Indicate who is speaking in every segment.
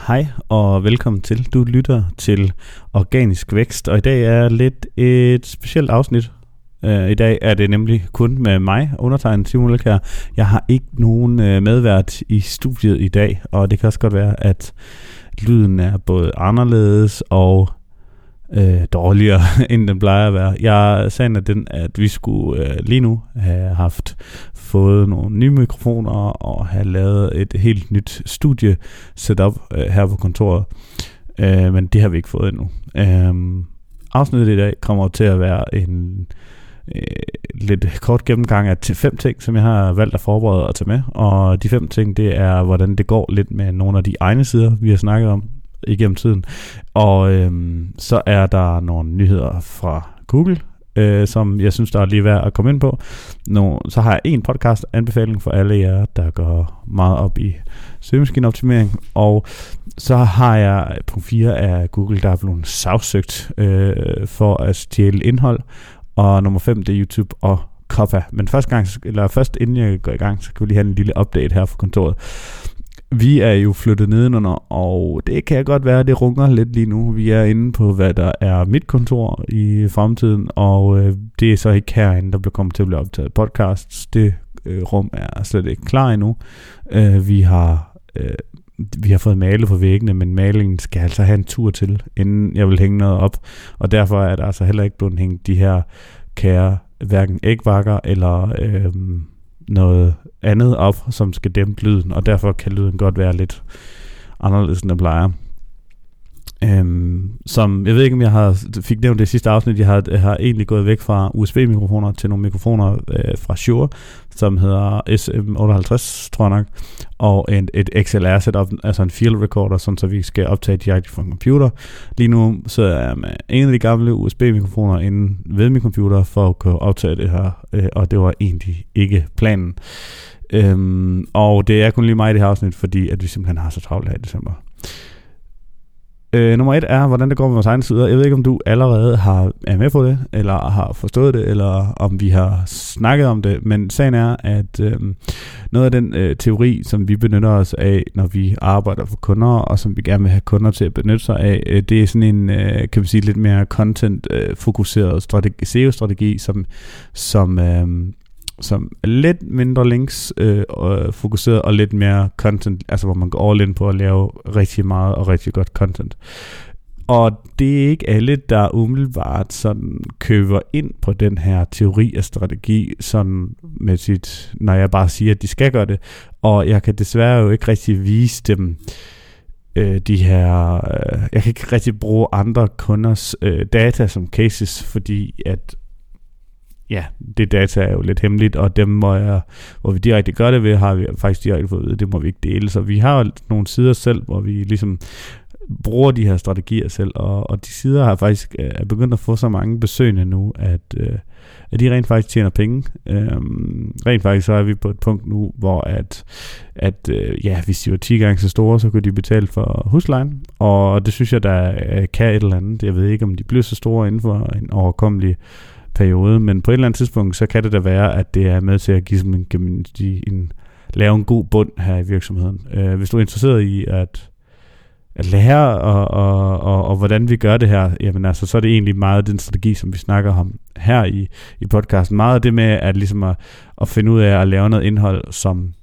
Speaker 1: Hej og velkommen til. Du lytter til Organisk Vækst, og i dag er lidt et specielt afsnit. I dag er det nemlig kun med mig, undertegnet Simon Elkjær. Jeg har ikke nogen medvært i studiet i dag, og det kan også godt være, at lyden er både anderledes og dårligere, end den plejer at være. Jeg sagde den, at vi skulle lige nu have fået nogle nye mikrofoner og have lavet et helt nyt studie setup her på kontoret. Men det har vi ikke fået endnu. Afsnittet i dag kommer til at være en lidt kort gennemgang af 5 ting, som jeg har valgt at forberede og tage med. Og de 5 ting, det er, hvordan det går lidt med nogle af de egne sider, vi har snakket om igennem tiden. Og så er der nogle nyheder fra Google, som jeg synes, der er lige værd at komme ind på. Så har jeg en podcast anbefaling for alle jer, der går meget op i søgemaskineoptimering. Og så har jeg punkt 4 af Google, der er blevet sagsøgt for at stjæle indhold. Og nummer 5, det er YouTube og Koppa. Men først inden jeg går i gang, så kan vi lige have en lille update her fra kontoret. Vi er jo flyttet nedenunder, og det kan godt være, at det runger lidt lige nu. Vi er inde på, hvad der er mit kontor i fremtiden, og det er så ikke herinde, der bliver kommet til at blive optaget podcasts. Det rum er slet ikke klar endnu. Vi har fået malet på væggene, men malingen skal altså have en tur til, inden jeg vil hænge noget op. Og derfor er der altså heller ikke blevet hængt de her kære, hverken ægvakker eller noget andet op, som skal dæmpe lyden, og derfor kan lyden godt være lidt anderledes, end den plejer. Som jeg ved ikke, om jeg fik nævnt det sidste afsnit. Jeg har egentlig gået væk fra USB-mikrofoner til nogle mikrofoner fra Shure, som hedder SM58, tror jeg nok, og et XLR setup, altså en field recorder, sådan så vi skal optage direkte fra en computer. Lige nu så er jeg med en af de gamle USB-mikrofoner inde ved min computer for at kunne optage det her, og det var egentlig ikke planen. Og det er kun lige mig i det her afsnit, fordi at vi simpelthen har så travlt her i december. Nummer 1 er, hvordan det går med vores egne sider. Jeg ved ikke, om du allerede er med på det, eller har forstået det, eller om vi har snakket om det, men sagen er, at noget af den teori, som vi benytter os af, når vi arbejder for kunder, og som vi gerne vil have kunder til at benytte sig af, det er sådan en, kan vi sige, lidt mere content-fokuseret SEO-strategi, som er lidt mindre links fokuseret og lidt mere content, altså hvor man går all in på at lave rigtig meget og rigtig godt content. Og det er ikke alle, der umiddelbart sådan køber ind på den her teori af strategi, sådan med sit, når jeg bare siger, at de skal gøre det. Og jeg kan desværre jo ikke rigtig vise dem de her, jeg kan ikke rigtig bruge andre kunders data som cases, fordi at det data er jo lidt hemmeligt, og dem hvor vi direkte gør det ved, har vi faktisk direkte fået at vide, det må vi ikke dele. Så vi har nogle sider selv, hvor vi ligesom bruger de her strategier selv, og de sider har faktisk begyndt at få så mange besøgende nu, at de rent faktisk tjener penge. Rent faktisk så er vi på et punkt nu, hvor hvis de var 10 gange så store, så kunne de betale for huslejen, og det synes jeg, der kan et eller andet. Jeg ved ikke, om de bliver så store inden for en overkommelig periode, men på et eller andet tidspunkt, så kan det da være, at det er med til at give lave en god bund her i virksomheden. Hvis du er interesseret i at lære og hvordan vi gør det her, jamen altså, så er det egentlig meget den strategi, som vi snakker om her i podcasten. Meget af det med at finde ud af at lave noget indhold, som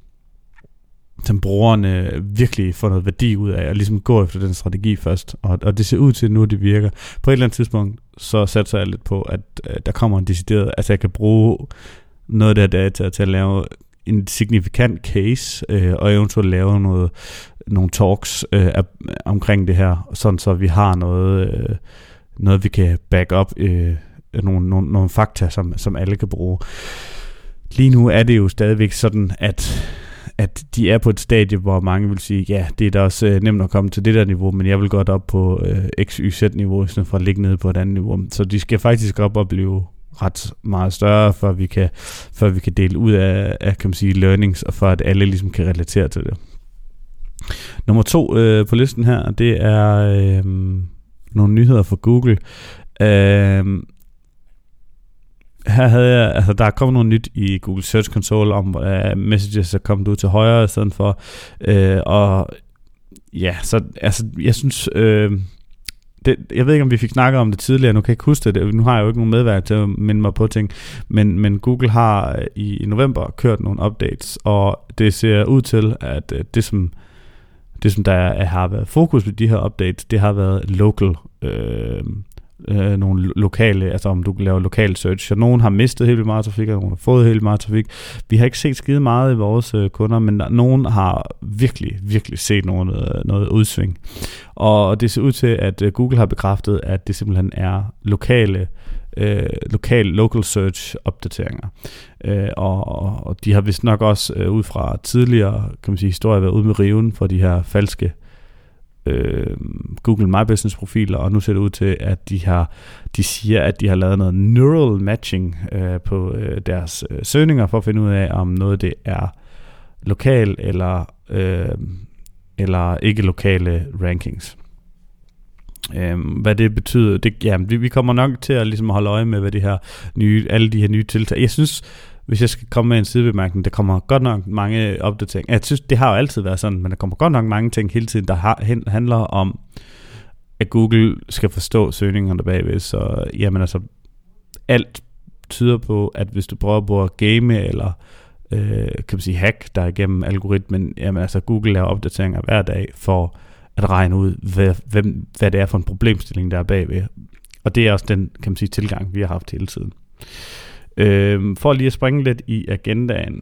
Speaker 1: brugerne virkelig får noget værdi ud af, og ligesom gå efter den strategi først, og det ser ud til nu, det virker. På et eller andet tidspunkt, så satser jeg lidt på, at der kommer en decideret, altså jeg kan bruge noget af det data til at lave en signifikant case, og eventuelt lave nogle talks omkring det her, sådan så vi har noget vi kan back up, nogle fakta, som alle kan bruge. Lige nu er det jo stadigvæk sådan, at de er på et stadie, hvor mange vil sige, ja, det er da også nemt at komme til det der niveau, men jeg vil godt op på XYZ-niveau, i stedet for at ligge nede på et andet niveau. Så de skal faktisk op og blive ret meget større, før vi kan dele ud af kan man sige, learnings, og for at alle ligesom kan relatere til det. Nummer 2 på listen her, det er nogle nyheder fra Google. Her havde jeg, der er kommet noget nyt i Google Search Console om messages er kommet ud til højre i stedet for, og Ja, så altså, jeg synes, jeg ved ikke, om vi fik snakket om det tidligere, nu kan jeg ikke huske det, nu har jeg jo ikke nogen medværk til at minde mig på ting, men Google har i november kørt nogle updates, og det ser ud til, at det som der har været fokus på de her updates, det har været local, nogle lokale, altså om du kan lave lokal search, så nogen har mistet helt meget trafik, og nogen har fået helt meget trafik. Vi har ikke set skide meget i vores kunder, men nogen har virkelig set noget udsving. Og det ser ud til, at Google har bekræftet, at det simpelthen er local search opdateringer. Og de har vist nok også ud fra tidligere, kan man sige, historier været ude med riven for de her falske Google My Business profiler, og nu ser det ud til, at de siger, at de har lavet noget neural matching på deres søgninger for at finde ud af, om noget det er lokal eller ikke lokale rankings. Hvad det betyder, vi kommer nok til at ligesom holde øje med, hvad alle de her nye tiltag. Jeg synes, hvis jeg skal komme med en sidebemærkning, der kommer godt nok mange opdateringer. Jeg synes, det har jo altid været sådan, men der kommer godt nok mange ting hele tiden, der handler om, at Google skal forstå søgningerne bagved. Så jamen altså, alt tyder på, at hvis du prøver på at game eller kan man sige hack der igennem algoritmen, jamen altså Google laver opdateringer hver dag for at regne ud, hvad det er for en problemstilling, der er bagved. Og det er også den, kan man sige, tilgang, vi har haft hele tiden. For lige at springe lidt i agendaen,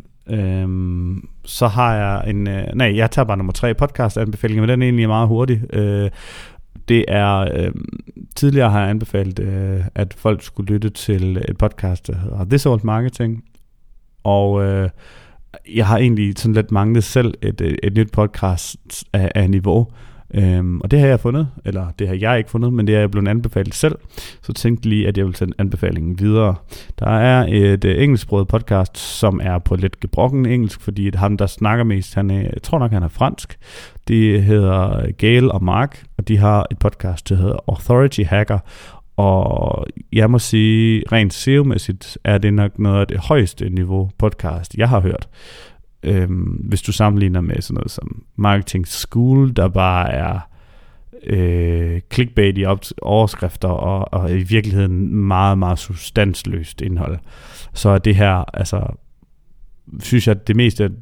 Speaker 1: så har jeg jeg tager bare nummer 3 podcast-anbefaling, men den er egentlig meget hurtig. Det er, tidligere har jeg anbefalet, at folk skulle lytte til et podcast, der hedder This Old Marketing, og jeg har egentlig sådan lidt manglet selv et nyt podcast af niveau. Og det har jeg fundet, eller det har jeg ikke fundet, men det er jeg blevet anbefalet selv, så tænkte lige, at jeg vil sende anbefalingen videre. Der er et engelsksproget podcast, som er på lidt gebrokken engelsk, fordi ham, der snakker mest, jeg tror nok, han er fransk. Det hedder Gail og Mark, og de har et podcast, der hedder Authority Hacker, og jeg må sige, rent SEO-mæssigt er det nok noget af det højeste niveau podcast, jeg har hørt. Hvis du sammenligner med sådan noget som Marketing School, der bare er clickbait i overskrifter og i virkeligheden meget, meget substansløst indhold, så er det her, altså, synes jeg, det mest af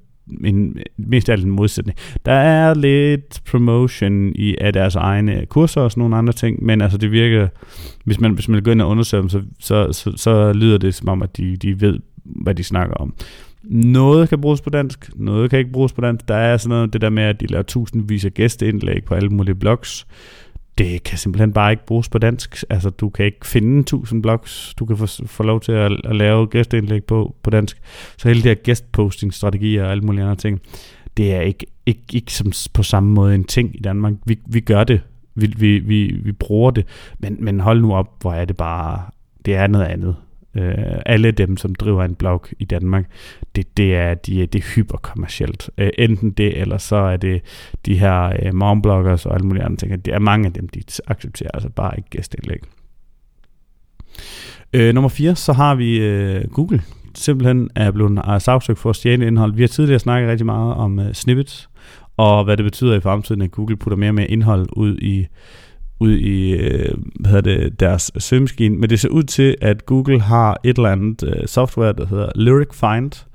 Speaker 1: en modsætning. Der er lidt promotion af deres egne kurser og sådan nogle andre ting, men altså det virker, hvis man går ind og undersøger dem, så lyder det som om, at de ved, hvad de snakker om. Noget kan bruges på dansk, noget kan ikke bruges på dansk. Der er sådan noget, det der med, at de laver tusindvis af gæsteindlæg på alle mulige blogs. Det kan simpelthen bare ikke bruges på dansk. Altså, du kan ikke finde 1000 blogs, du kan få lov til at lave gæsteindlæg på dansk. Så hele det her guestposting-strategier og alle mulige andre ting, det er ikke som på samme måde en ting i Danmark. Vi gør det, vi bruger det, men hold nu op, hvor er det bare, det er noget andet. Alle dem, som driver en blog i Danmark, det er hyperkommercielt. Enten det, eller så er det de her mombloggers og alle mulige andre ting. Det er mange af dem, de accepterer altså bare ikke gæsteindlæg. Nummer 4, så har vi Google. Simpelthen er blevet sagsøgt for at stjæle indhold. Vi har tidligere snakket rigtig meget om snippets, og hvad det betyder i fremtiden, at Google putter mere og mere indhold ud i deres søgemaskine, men det ser ud til, at Google har et eller andet software, der hedder Lyric Find,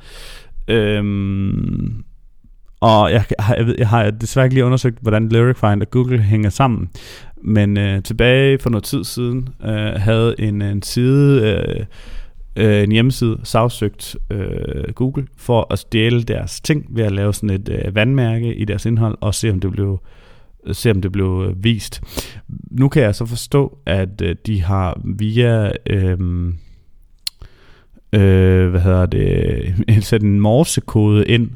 Speaker 1: og jeg har desværre ikke lige undersøgt, hvordan Lyric Find og Google hænger sammen, men tilbage for noget tid siden havde en side, en hjemmeside sagsøgt Google for at stjæle deres ting ved at lave sådan et vandmærke i deres indhold og se om det blev vist. Nu kan jeg så forstå, at de har via sat en morsekode ind,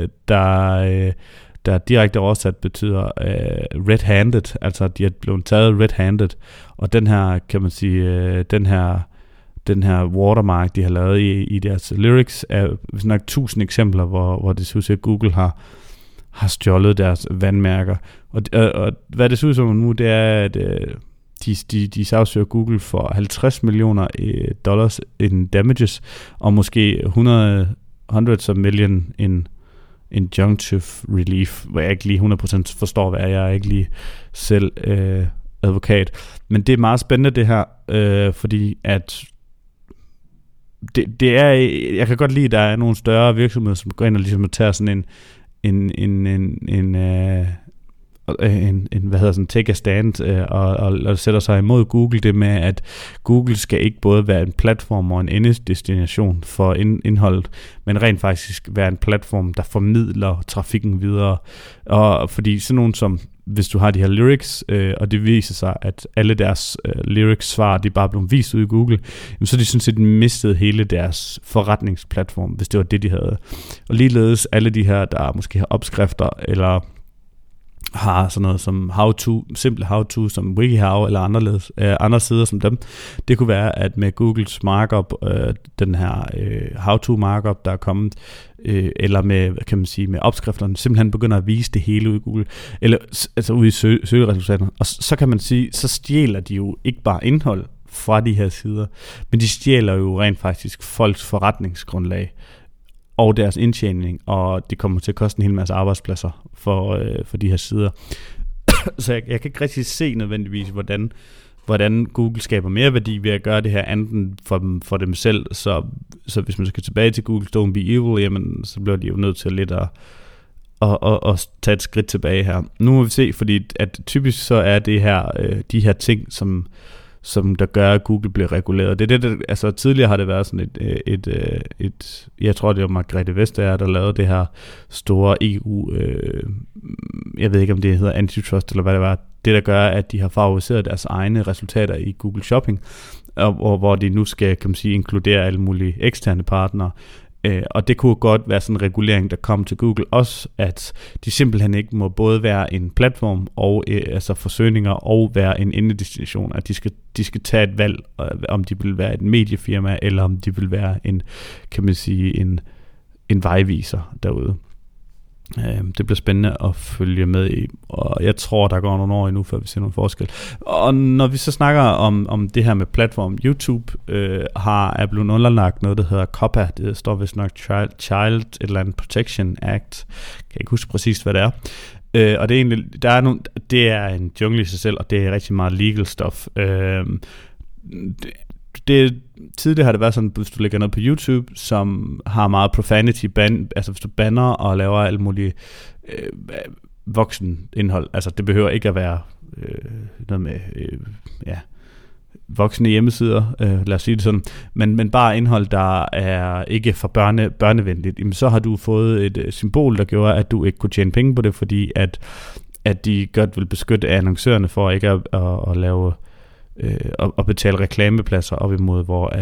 Speaker 1: der direkte oversat betyder red-handed, altså de er blevet taget red-handed, og den her, kan man sige, den her watermark, de har lavet i deres lyrics, er nok 1000 eksempler, hvor det ser ud til, at Google har stjålet deres vandmærker. Og hvad det ser ud som nu, det er, at de sagsøger Google for $50 million in damages, og måske hundreds of million injunctive relief, hvor jeg ikke lige 100% forstår, hvad jeg er ikke lige selv advokat. Men det er meget spændende det her, fordi at det er, jeg kan godt lide, at der er nogle større virksomheder, som går ind og ligesom tager sådan en take a stand og sætter sig imod Google, det med at Google skal ikke både være en platform og en endestination for indholdet, men rent faktisk være en platform, der formidler trafikken videre. Og fordi sådan nogen som, hvis du har de her lyrics, og det viser sig, at alle deres lyrics svar, de bare blev vist ud i Google, så de sådan set mistet hele deres forretningsplatform, hvis det var det, de havde. Og ligeledes alle de her, der måske har opskrifter, eller har sådan noget som simple how-to, som WikiHow eller andre sider som dem. Det kunne være, at med Googles markup, den her how-to markup, der er kommet, eller med, kan man sige, med opskrifterne, simpelthen begynder at vise det hele ud i Google, eller altså ud i søgeresultaterne. Og så kan man sige, så stjæler de jo ikke bare indhold fra de her sider, men de stjæler jo rent faktisk folks forretningsgrundlag og deres indtjening, og det kommer til at koste en hel masse arbejdspladser for de her sider. Så jeg kan ikke rigtig se nødvendigvis, hvordan Google skaber mere værdi ved at gøre det her andet for dem selv. Så hvis man skal tilbage til Google Don't Be Evil, jamen, så bliver de jo nødt til lidt at tage et skridt tilbage her. Nu må vi se, fordi at typisk så er det her de her ting, som der gør, at Google bliver reguleret. Det er det, altså tidligere har det været sådan et jeg tror det var Margrethe Vestager, der lavede det her store EU, jeg ved ikke om det hedder antitrust eller hvad det var, det der gør, at de har favoriseret deres egne resultater i Google Shopping, og hvor de nu skal, kan man sige, inkludere alle mulige eksterne partnere. Og det kunne godt være sådan en regulering, der kom til Google også, at de simpelthen ikke må både være en platform og altså forsøgninger og være en endedestination, at de skal tage et valg, om de vil være et mediefirma eller om de vil være en, kan man sige, en vejviser derude. Det bliver spændende at følge med i, og jeg tror, der går nogle år endnu, før vi ser nogle forskel. Og når vi så snakker om det her med platform, YouTube er blevet underlagt noget, der hedder COPPA, det står vist nok Child Atlantic Protection Act, kan jeg ikke huske præcis, hvad det er. Og det er egentlig, det er en jungle i sig selv, og det er rigtig meget legal stuff. Tidligere har det været sådan, hvis du lægger noget på YouTube, som har meget profanity, altså hvis du banner og laver alt muligt voksen indhold, altså det behøver ikke at være noget med voksne hjemmesider, lad os sige det sådan, men bare indhold, der er ikke for børnevenligt, jamen så har du fået et symbol, der gjorde, at du ikke kunne tjene penge på det, fordi at de godt vil beskytte annoncørerne for ikke at lave og betale reklamepladser op imod, hvor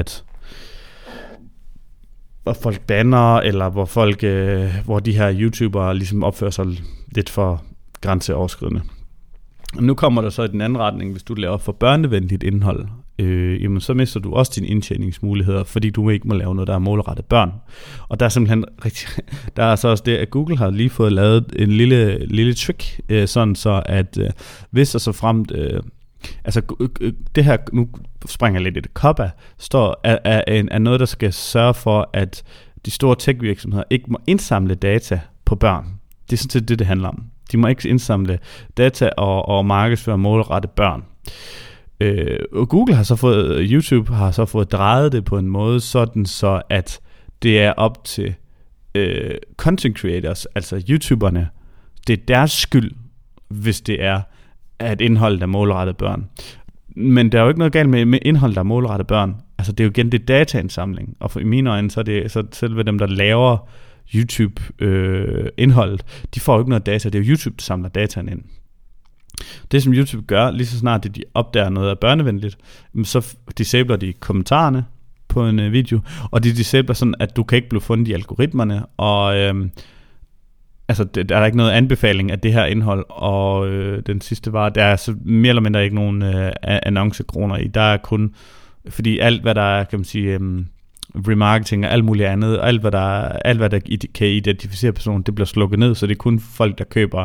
Speaker 1: folk banner, eller hvor de her YouTubere ligesom opfører sig lidt for grænseoverskridende. Og nu kommer der så i den anden retning, hvis du laver for børnevenligt indhold, jamen så mister du også dine indtjeningsmuligheder, fordi du ikke må lave noget, der er målrettet børn. Og der er simpelthen der er så også det, at Google har lige fået lavet en lille trick, sådan så at hvis der så fremt altså det her, nu springer jeg lidt i det, COPPA er noget, der skal sørge for, at de store tech-virksomheder ikke må indsamle data på børn. Det er sådan set det handler om. De må ikke indsamle data og markedsføre målrettet børn. Og YouTube har så fået drejet det på en måde, sådan så at det er op til content creators, altså YouTuberne. Det er deres skyld, hvis det er at indhold, der målrettet børn. Men der er jo ikke noget galt med indhold, der er målrettet børn. Altså det er jo igen det dataindsamling. Og i mine øjne, så er det så selve dem, der laver YouTube-indholdet, de får jo ikke noget data. Det er jo YouTube, der samler dataen ind. Det som YouTube gør, lige så snart de opdager noget af børnevenligt, så disabler de kommentarerne på en video, og de disabler sådan, at du kan ikke blive fundet i algoritmerne, og altså, der er ikke noget anbefaling af det her indhold, og den sidste var, der er så mere eller mindre ikke nogen annoncekroner i. Der er kun, fordi alt hvad der er, kan man sige, remarketing og alt muligt andet, alt hvad der kan identificere personen, det bliver slukket ned, så det er kun folk, der køber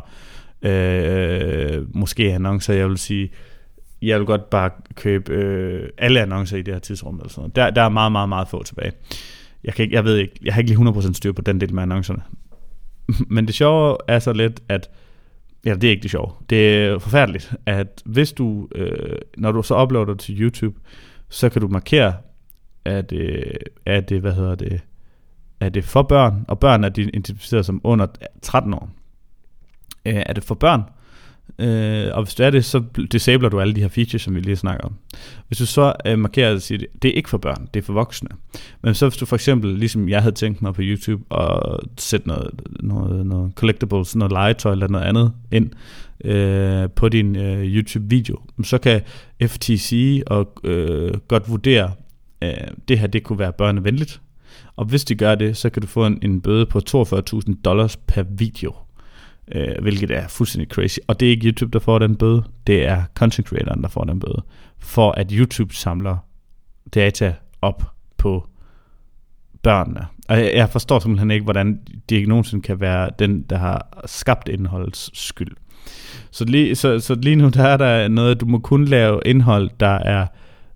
Speaker 1: måske annoncer. Jeg vil sige, jeg vil godt bare købe alle annoncer i det her tidsrum eller sådan noget. Der er meget, meget, meget få tilbage. Jeg ved ikke, jeg har ikke lige 100% styr på den del med annoncerne. Men det sjove er så lidt, at ja, det er ikke det sjove. Det er forfærdeligt, at hvis du, når du så uploader til YouTube, så kan du markere, at det for børn, og børn er de identificeret som under 13 år. Er det for børn? Og hvis det er det, så disabler du alle de her features, som vi lige snakker om. Hvis du så markerer og siger, det er ikke for børn, det er for voksne. Men så hvis du for eksempel, ligesom jeg havde tænkt mig på YouTube, og sætte noget collectibles, noget legetøj eller noget andet ind på din YouTube-video, så kan FTC godt vurdere, det her det kunne være børnevenligt. Og hvis de gør det, så kan du få en bøde på $42,000 per video. Hvilket er fuldstændig crazy. Og det er ikke YouTube, der får den bøde. Det er content creatoren, der får den bøde. For at YouTube samler data op på børnene. Og jeg forstår simpelthen ikke, hvordan det ikke nogensinde kan være den, der har skabt indholdets skyld. Så lige nu, der er der noget, du må kun lave indhold, der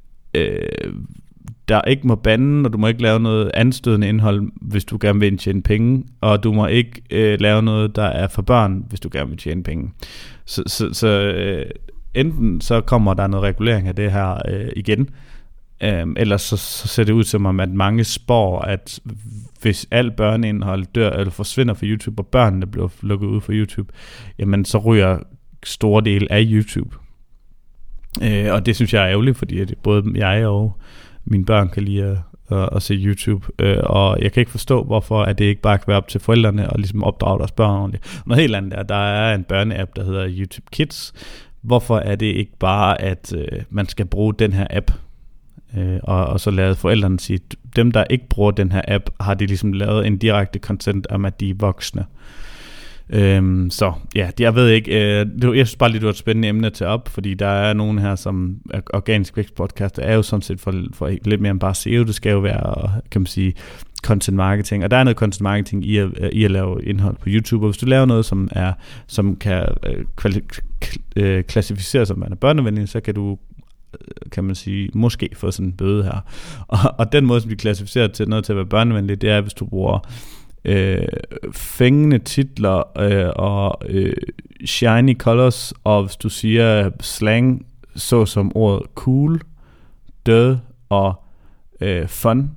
Speaker 1: ikke må bande, og du må ikke lave noget anstødende indhold, hvis du gerne vil tjene penge, og du må ikke lave noget, der er for børn, hvis du gerne vil tjene penge. Så enten så kommer der noget regulering af det her igen, ellers så ser det ud som om, at mange spår, at hvis alt børneindhold dør eller forsvinder fra YouTube, og børnene bliver lukket ud fra YouTube, jamen så ryger store dele af YouTube. Og det synes jeg er ærgerligt, fordi både jeg og mine børn kan lide at se YouTube, og jeg kan ikke forstå, hvorfor at det ikke bare kan være op til forældrene og ligesom opdrage deres børn ordentligt. Noget helt andet der er en børneapp, der hedder YouTube Kids. Hvorfor er det ikke bare, at man skal bruge den her app, og så lade forældrene sige, dem der ikke bruger den her app, har de ligesom lavet en direkte consent om, at de er voksne. Så ja, jeg ved ikke, jeg synes bare lige, det var et spændende emne til op, fordi der er nogen her, som Organisk Vækst podcast er jo sådan set for lidt mere end bare SEO. Det skal jo være, kan man sige, content marketing, og der er noget content marketing i at lave indhold på YouTube, og hvis du laver noget, som kan klassificeres som børnevenlig, så kan man sige, måske få sådan en bøde her. Og den måde, som de klassificerer til noget til at være børnevenlig, det er, hvis du bruger fængende titler og shiny colors, og hvis du siger slang, så som ordet cool, død og fun,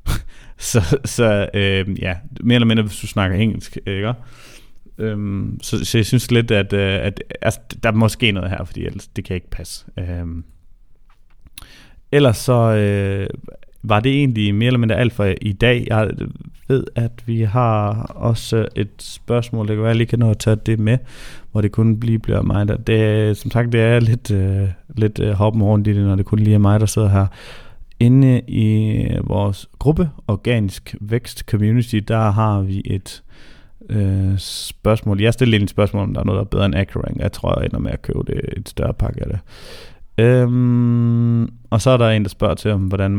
Speaker 1: så ja, mere eller mindre, hvis du snakker engelsk, ikke? Så jeg synes lidt, at altså, der er måske noget her, fordi ellers det kan ikke passe. Ellers så var det egentlig mere eller mindre alt for i dag. Jeg ved, at vi har også et spørgsmål, det kan være, at jeg lige kan nå at tage det med, hvor det kun bliver mig, der. Det, som sagt, det er lidt hoppen rundt i det, når det kun lige er mig, der sidder her. Inde i vores gruppe, Organisk Vækst Community, der har vi et spørgsmål. Jeg stiller et spørgsmål, om der er noget, der er bedre end Acrorank. Jeg tror, jeg ender med at købe et større pakke af det. Og så er der en, der spørger til, om hvordan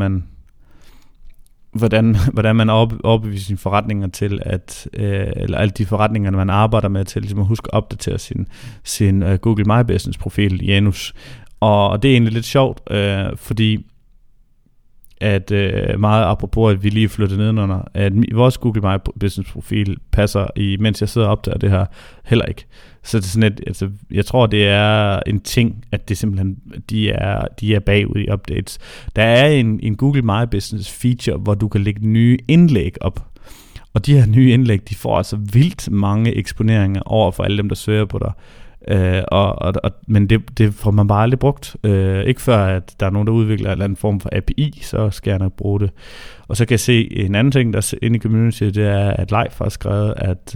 Speaker 1: man overbeviser sine forretninger til eller alle de forretninger, man arbejder med, til ligesom at huske at opdatere sin Google My Business profil i Janus. Og det er egentlig lidt sjovt, fordi at meget apropos, at vi lige flyttede nedenunder, at vores Google My Business profil passer mens jeg sidder og optager det her, heller ikke. Så det er sådan altså, jeg tror, det er en ting, at det simpelthen, de er bagud i updates. Der er en Google My Business feature, hvor du kan lægge nye indlæg op. Og de her nye indlæg, de får altså vildt mange eksponeringer over for alle dem, der søger på dig. Men det får man bare aldrig brugt. Ikke før, at der er nogen, der udvikler en eller anden form for API, så skal jeg nok bruge det. Og så kan jeg se en anden ting, der er inde i community, det er, at Leif har skrevet, at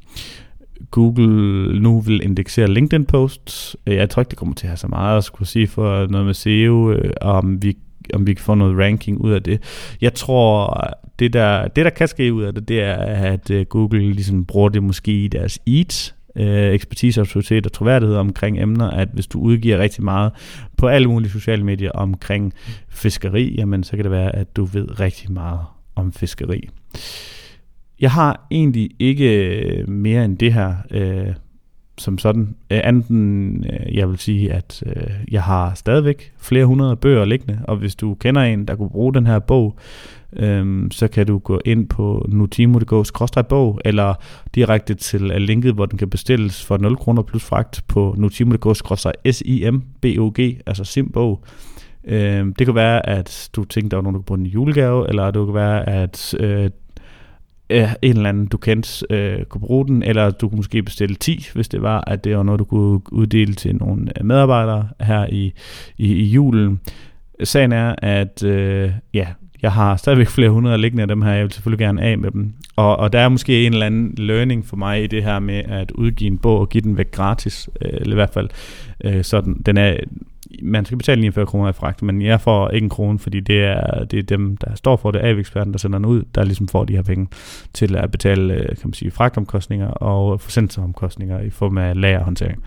Speaker 1: Google nu vil indeksere LinkedIn posts. Jeg tror ikke, det kommer til at have så meget at skulle sige for noget med SEO, om vi kan få noget ranking ud af det. Jeg tror, det der kan ske ud af det, det er, at Google ligesom bruger det måske i deres EAT, ekspertise, autoritet og troværdighed omkring emner, at hvis du udgiver rigtig meget på alle mulige sociale medier omkring fiskeri, jamen så kan det være, at du ved rigtig meget om fiskeri. Jeg har egentlig ikke mere end det her som sådan. Jeg vil sige, at jeg har stadigvæk flere hundrede bøger liggende, og hvis du kender en, der kunne bruge den her bog, så kan du gå ind på nutimo.dk/bog, eller direkte til linket, hvor den kan bestilles for 0 kroner plus fragt på nutimo.dk/simbog, altså simbog. Det kan være, at du tænkte, der var nogen, der kunne bruge en julegave, eller det kan være, at en eller anden, du kendte, kunne bruge den, eller du kunne måske bestille 10, hvis det var, at det var noget, du kunne uddele til nogle medarbejdere her i julen. Sagen er, at jeg har stadigvæk flere hundrede liggende af dem her, jeg vil selvfølgelig gerne af med dem. Og der er måske en eller anden learning for mig i det her med at udgive en bog og give den væk gratis, eller i hvert fald sådan, den er, man skal betale 49 kroner i fragt, men jeg får ikke en krone, fordi det er dem, der står for det, AV-eksperten, der sender den ud, der ligesom får de her penge til at betale, kan man sige, fragtomkostninger og forsendelsesomkostninger i form af lagerhåndtering.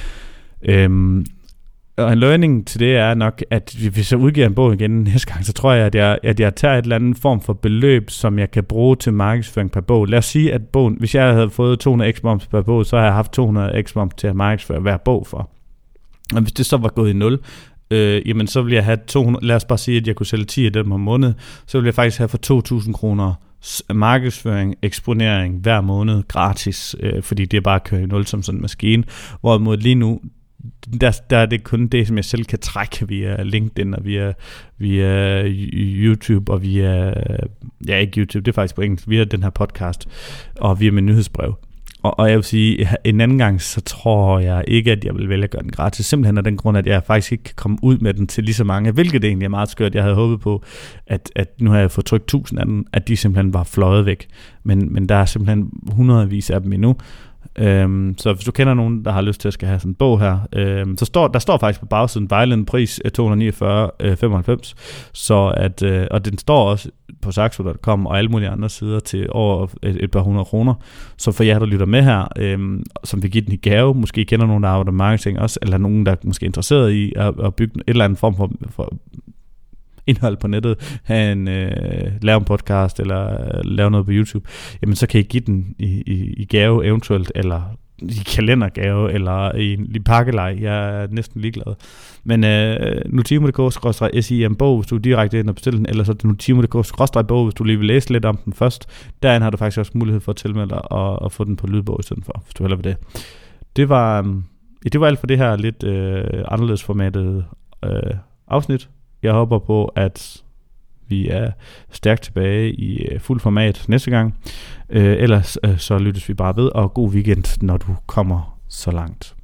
Speaker 1: Og en learning til det er nok, at hvis jeg udgiver en bog igen næste gang, så tror jeg, at jeg tager et eller andet form for beløb, som jeg kan bruge til markedsføring per bog. Lad os sige, at bogen, hvis jeg havde fået 200 x-moms per bog, så har jeg haft 200 x-moms til at markedsføre hver bog for. Og hvis det så var gået i 0, jamen så ville jeg have 200, lad os bare sige, at jeg kunne sælge 10 af dem om måneden, så ville jeg faktisk have for 2.000 kroner markedsføring, eksponering hver måned gratis, fordi det er bare at køre i 0 som sådan en maskine. Hvorimod lige nu, der er det kun det, som jeg selv kan trække via LinkedIn og via YouTube og via, ikke YouTube, det er faktisk på engelsk, via den her podcast og via min nyhedsbrev. Og jeg vil sige, en anden gang, så tror jeg ikke, at jeg vil vælge at gøre den gratis. Simpelthen af den grund, at jeg faktisk ikke kan komme ud med den til lige så mange, hvilket egentlig er meget skørt. Jeg havde håbet på, at nu har jeg fået trykt 1000 af dem, at de simpelthen var fløjet væk. Men der er simpelthen hundredvis af dem endnu. Så hvis du kender nogen, der har lyst til at skal have sådan en bog her, der står faktisk på bagsiden vejledende pris 249,95, så at og den står også på saxo.com og alle mulige andre sider til over et par 100 kroner. Så for jer, der lytter med her, som vil give den i gave, måske kender nogen, der arbejder med marketing også, eller nogen, der er måske interesseret i at bygge et eller andet form for indhold på nettet, lave en podcast eller lave noget på YouTube, jamen så kan I give den i gave eventuelt, eller i kalendergave, eller i en pakkelej. Jeg er næsten ligeglad. Men nutimo.dk/simbog, hvis du direkte ind og bestiller den, eller så nutimo.dk/bog, hvis du lige vil læse lidt om den først. Derinde har du faktisk også mulighed for at tilmelde dig og få den på lydbog i stedet for, hvis du hellere vil det. Det var alt for det her lidt anderledes formattet afsnit. Jeg håber på, at vi er stærkt tilbage i fuld format næste gang. Ellers så lyttes vi bare ved, og god weekend, når du kommer så langt.